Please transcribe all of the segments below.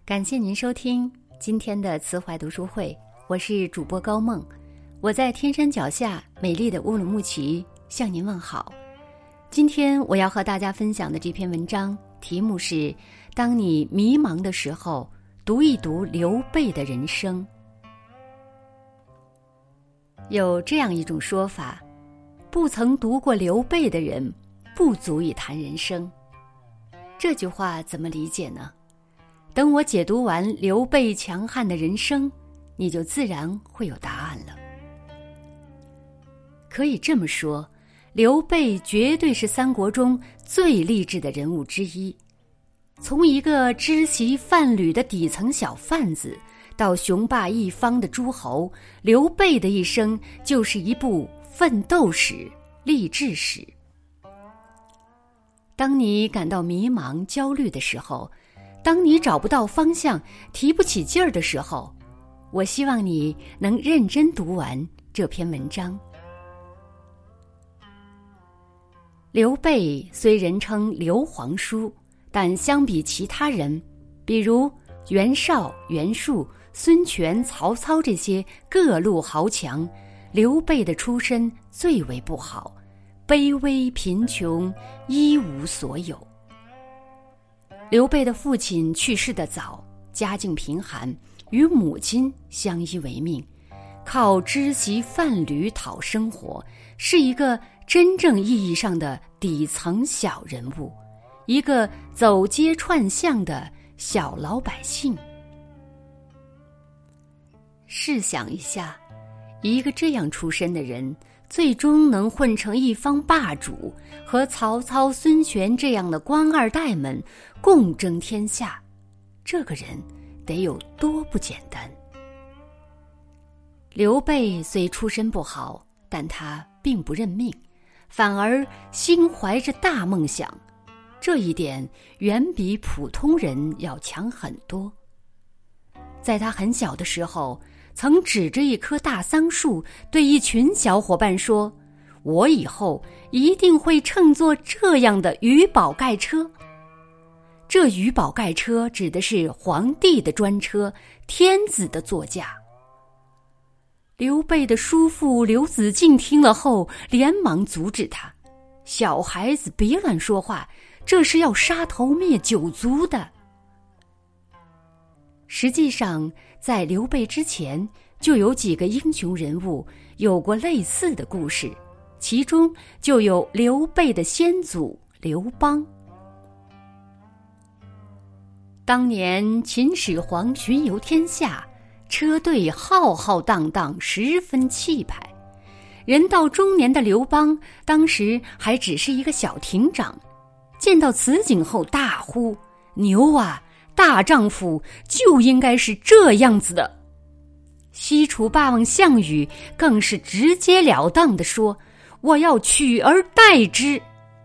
感谢您收听今天的慈怀读书会，我是主播高梦，我在天山脚下美丽的乌鲁木齐向您问好。今天我要和大家分享的这篇文章题目是：当你迷茫的时候，读一读刘备的人生。有这样一种说法，不曾读过刘备的人不足以谈人生。这句话怎么理解呢？等我解读完刘备强悍的人生，你就自然会有答案了。可以这么说，刘备绝对是三国中最励志的人物之一。从一个知席贩履的底层小贩子，到雄霸一方的诸侯，刘备的一生就是一部奋斗史、励志史。当你感到迷茫、焦虑的时候，当你找不到方向、提不起劲儿的时候，我希望你能认真读完这篇文章。刘备虽人称刘皇叔，但相比其他人，比如袁绍、袁术、孙权、曹操这些各路豪强，刘备的出身最为不好，卑微贫穷，一无所有。刘备的父亲去世得早，家境贫寒，与母亲相依为命，靠织席贩履讨生活，是一个真正意义上的底层小人物，一个走街串巷的小老百姓。试想一下，一个这样出身的人，最终能混成一方霸主，和曹操、孙权这样的官二代们共争天下，这个人得有多不简单。刘备虽出身不好，但他并不认命，反而心怀着大梦想，这一点远比普通人要强很多。在他很小的时候，曾指着一棵大桑树对一群小伙伴说，我以后一定会乘坐这样的鱼宝盖车。这鱼宝盖车指的是皇帝的专车，天子的座驾。刘备的叔父刘子敬听了后连忙阻止他，小孩子别乱说话，这是要杀头灭九族的。实际上在刘备之前，就有几个英雄人物有过类似的故事，其中就有刘备的先祖刘邦。当年秦始皇巡游天下，车队浩浩荡荡，十分气派。人到中年的刘邦当时还只是一个小亭长，见到此景后大呼，牛啊，大丈夫就应该是这样子的。西楚霸王项羽更是直截了当地说，我要取而代之。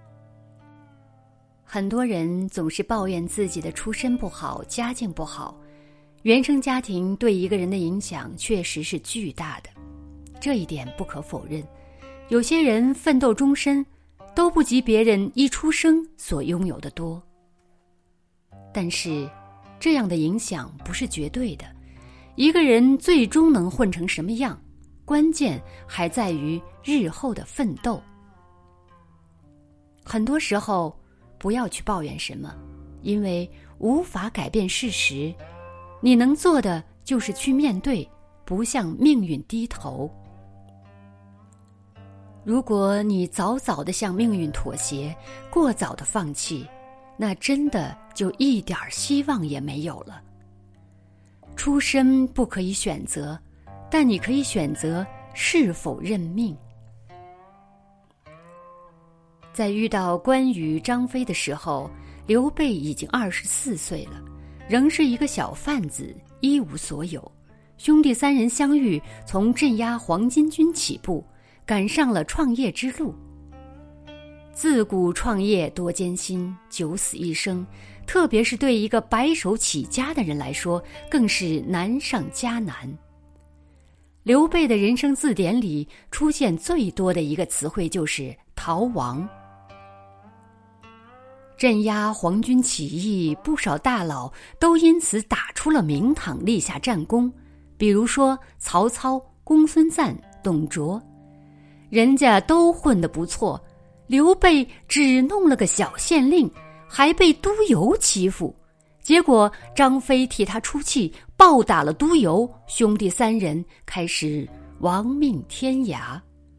很多人总是抱怨自己的出身不好，家境不好，原生家庭对一个人的影响确实是巨大的，这一点不可否认。有些人奋斗终身都不及别人一出生所拥有的多，但是这样的影响不是绝对的。一个人最终能混成什么样，关键还在于日后的奋斗。很多时候不要去抱怨什么，因为无法改变事实，你能做的就是去面对，不向命运低头。如果你早早地向命运妥协，过早地放弃，那真的就一点希望也没有了。出身不可以选择，但你可以选择是否认命。在遇到关羽、张飞的时候，刘备已经24岁了，仍是一个小贩子，一无所有。兄弟三人相遇，从镇压黄巾军起步，赶上了创业之路。自古创业多艰辛，九死一生，特别是对一个白手起家的人来说，更是难上加难。刘备的人生字典里出现最多的一个词汇就是逃亡。 镇压黄军起义，不少大佬都因此打出了名堂，立下战功。比如说曹操、公孙瓒、董卓，人家都混得不错，刘备只弄了个小县令，还被督邮欺负。结果张飞替他出气，暴打了督邮，兄弟三人开始亡命天涯。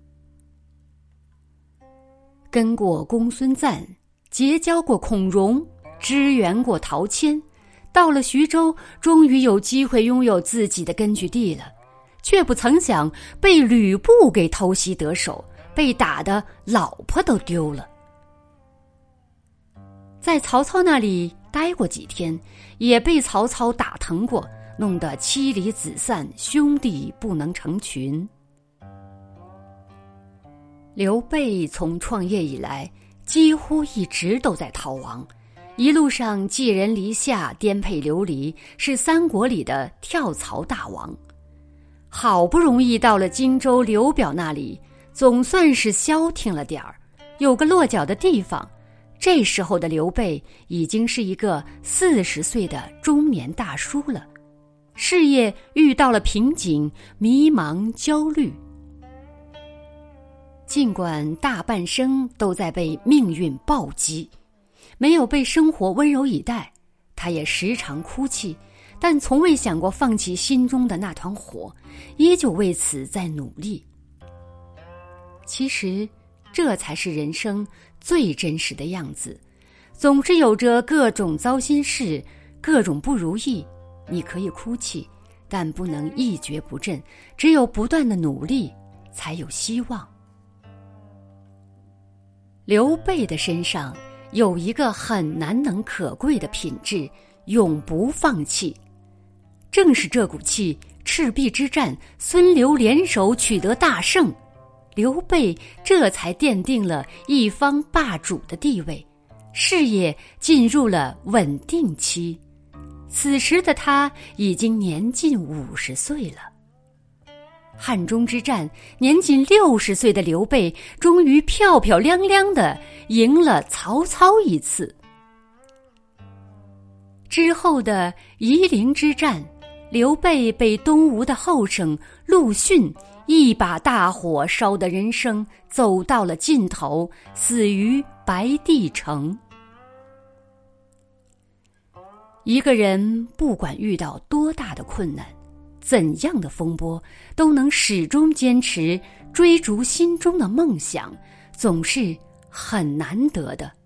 跟过公孙瓒，结交过孔融，支援过陶谦，到了徐州，终于有机会拥有自己的根据地了，却不曾想被吕布给偷袭得手，被打得老婆都丢了。在曹操那里待过几天，也被曹操打疼过，弄得妻离子散，兄弟不能成群。刘备从创业以来，几乎一直都在逃亡，一路上寄人篱下，颠沛流离，是三国里的跳槽大王。好不容易到了荆州刘表那里，总算是消停了点儿，有个落脚的地方。这时候的刘备已经是一个40岁的中年大叔了，事业遇到了瓶颈，迷茫焦虑。尽管大半生都在被命运暴击，没有被生活温柔以待，他也时常哭泣，但从未想过放弃心中的那团火，依旧为此在努力。其实这才是人生最真实的样子，总是有着各种糟心事，各种不如意。你可以哭泣，但不能一蹶不振，只有不断的努力，才有希望。刘备的身上有一个很难能可贵的品质，永不放弃。正是这股气，赤壁之战，孙刘联手取得大胜，刘备这才奠定了一方霸主的地位，事业进入了稳定期。此时的他已经年近50岁了。汉中之战，年仅60岁的刘备终于漂漂亮亮地赢了曹操一次。之后的夷陵之战，刘备被东吴的后生陆逊一把大火烧得人生走到了尽头，死于白帝城。一个人不管遇到多大的困难，怎样的风波，都能始终坚持追逐心中的梦想，总是很难得的。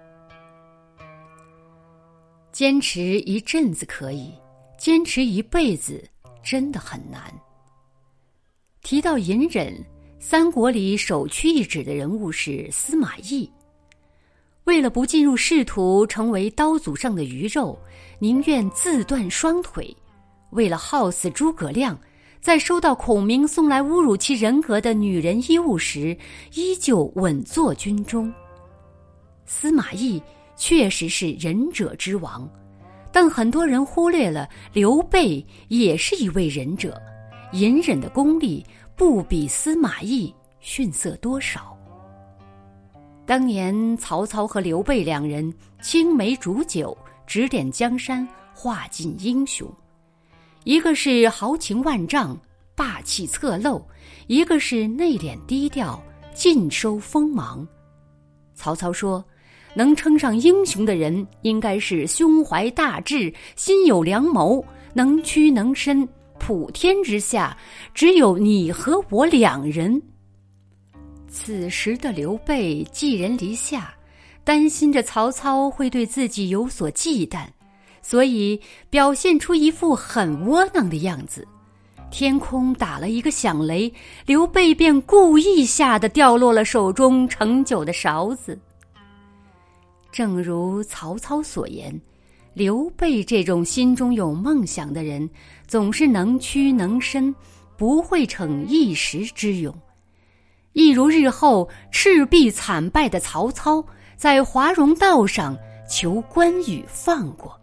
坚持一阵子可以，坚持一辈子真的很难。提到隐忍，三国里首屈一指的人物是司马懿。为了不进入仕途，成为刀俎上的鱼肉，宁愿自断双腿。为了耗死诸葛亮，在收到孔明送来侮辱其人格的女人衣物时，依旧稳坐军中。司马懿确实是忍者之王，但很多人忽略了刘备也是一位忍者，隐忍的功力不比司马懿逊色多少。当年曹操和刘备两人青梅煮酒，指点江山，化尽英雄。一个是豪情万丈，霸气侧漏，一个是内敛低调，尽收锋芒。曹操说，能称上英雄的人，应该是胸怀大志，心有良谋，能屈能伸，普天之下只有你和我两人。此时的刘备寄人篱下，担心着曹操会对自己有所忌惮，所以表现出一副很窝囊的样子。天空打了一个响雷，刘备便故意吓得掉落了手中盛酒的勺子。正如曹操所言，刘备这种心中有梦想的人，总是能屈能伸，不会逞一时之勇。一如日后赤壁惨败的曹操，在华容道上求关羽放过。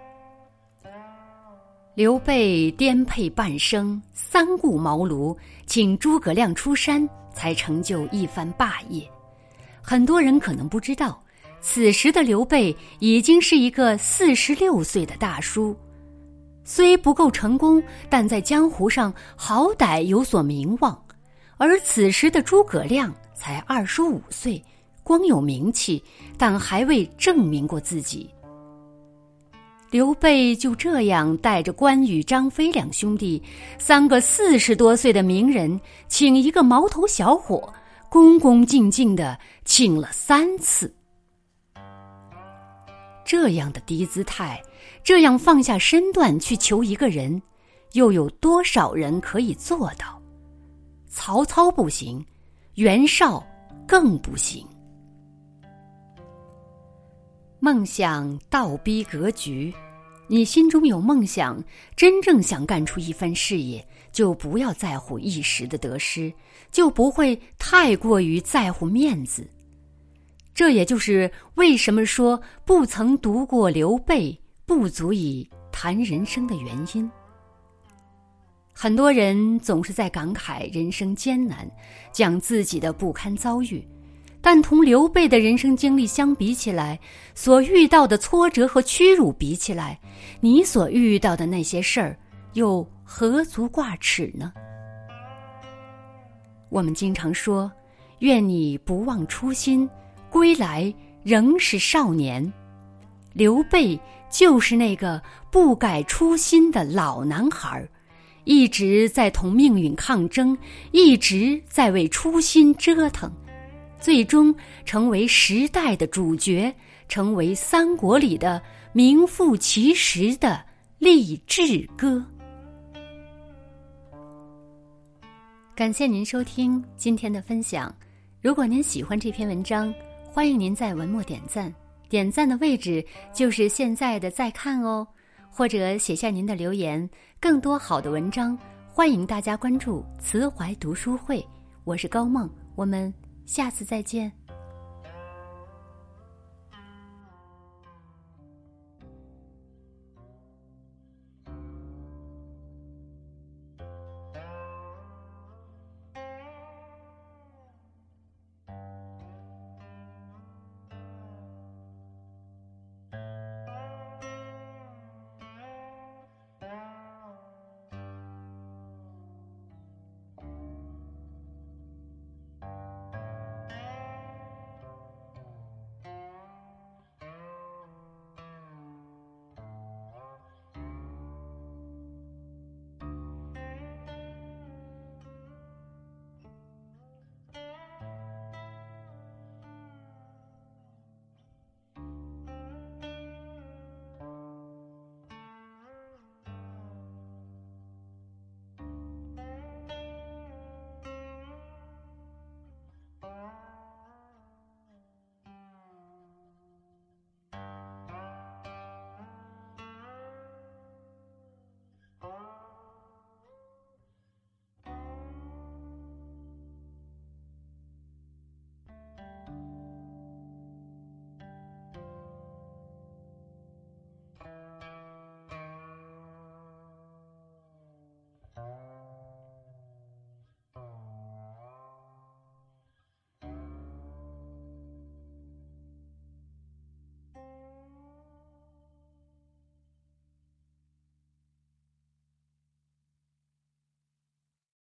刘备颠沛半生，三顾茅庐，请诸葛亮出山，才成就一番霸业。很多人可能不知道， 此时的刘备已经是一个46岁的大叔，虽不够成功，但在江湖上好歹有所名望。而此时的诸葛亮才25岁，光有名气，但还未证明过自己。刘备就这样带着关羽、张飞两兄弟，3个40多岁的名人，请一个毛头小伙，恭恭敬敬地请了3次。这样的低姿态，这样放下身段去求一个人，又有多少人可以做到？曹操不行，袁绍更不行。梦想倒逼格局，你心中有梦想，真正想干出一番事业，就不要在乎一时的得失，就不会太过于在乎面子。这也就是为什么说不曾读过刘备，不足以谈人生的原因。很多人总是在感慨人生艰难，讲自己的不堪遭遇，但同刘备的人生经历相比起来，所遇到的挫折和屈辱比起来，你所遇到的那些事儿又何足挂齿呢？我们经常说，愿你不忘初心，归来仍是少年。刘备就是那个不改初心的老男孩，一直在同命运抗争，一直在为初心折腾，最终成为时代的主角，成为三国里的名副其实的励志歌。感谢您收听今天的分享。如果您喜欢这篇文章，欢迎您在文末点赞，点赞的位置就是现在的再看哦，或者写下您的留言。更多好的文章，欢迎大家关注慈怀读书会。我是高梦，我们下次再见。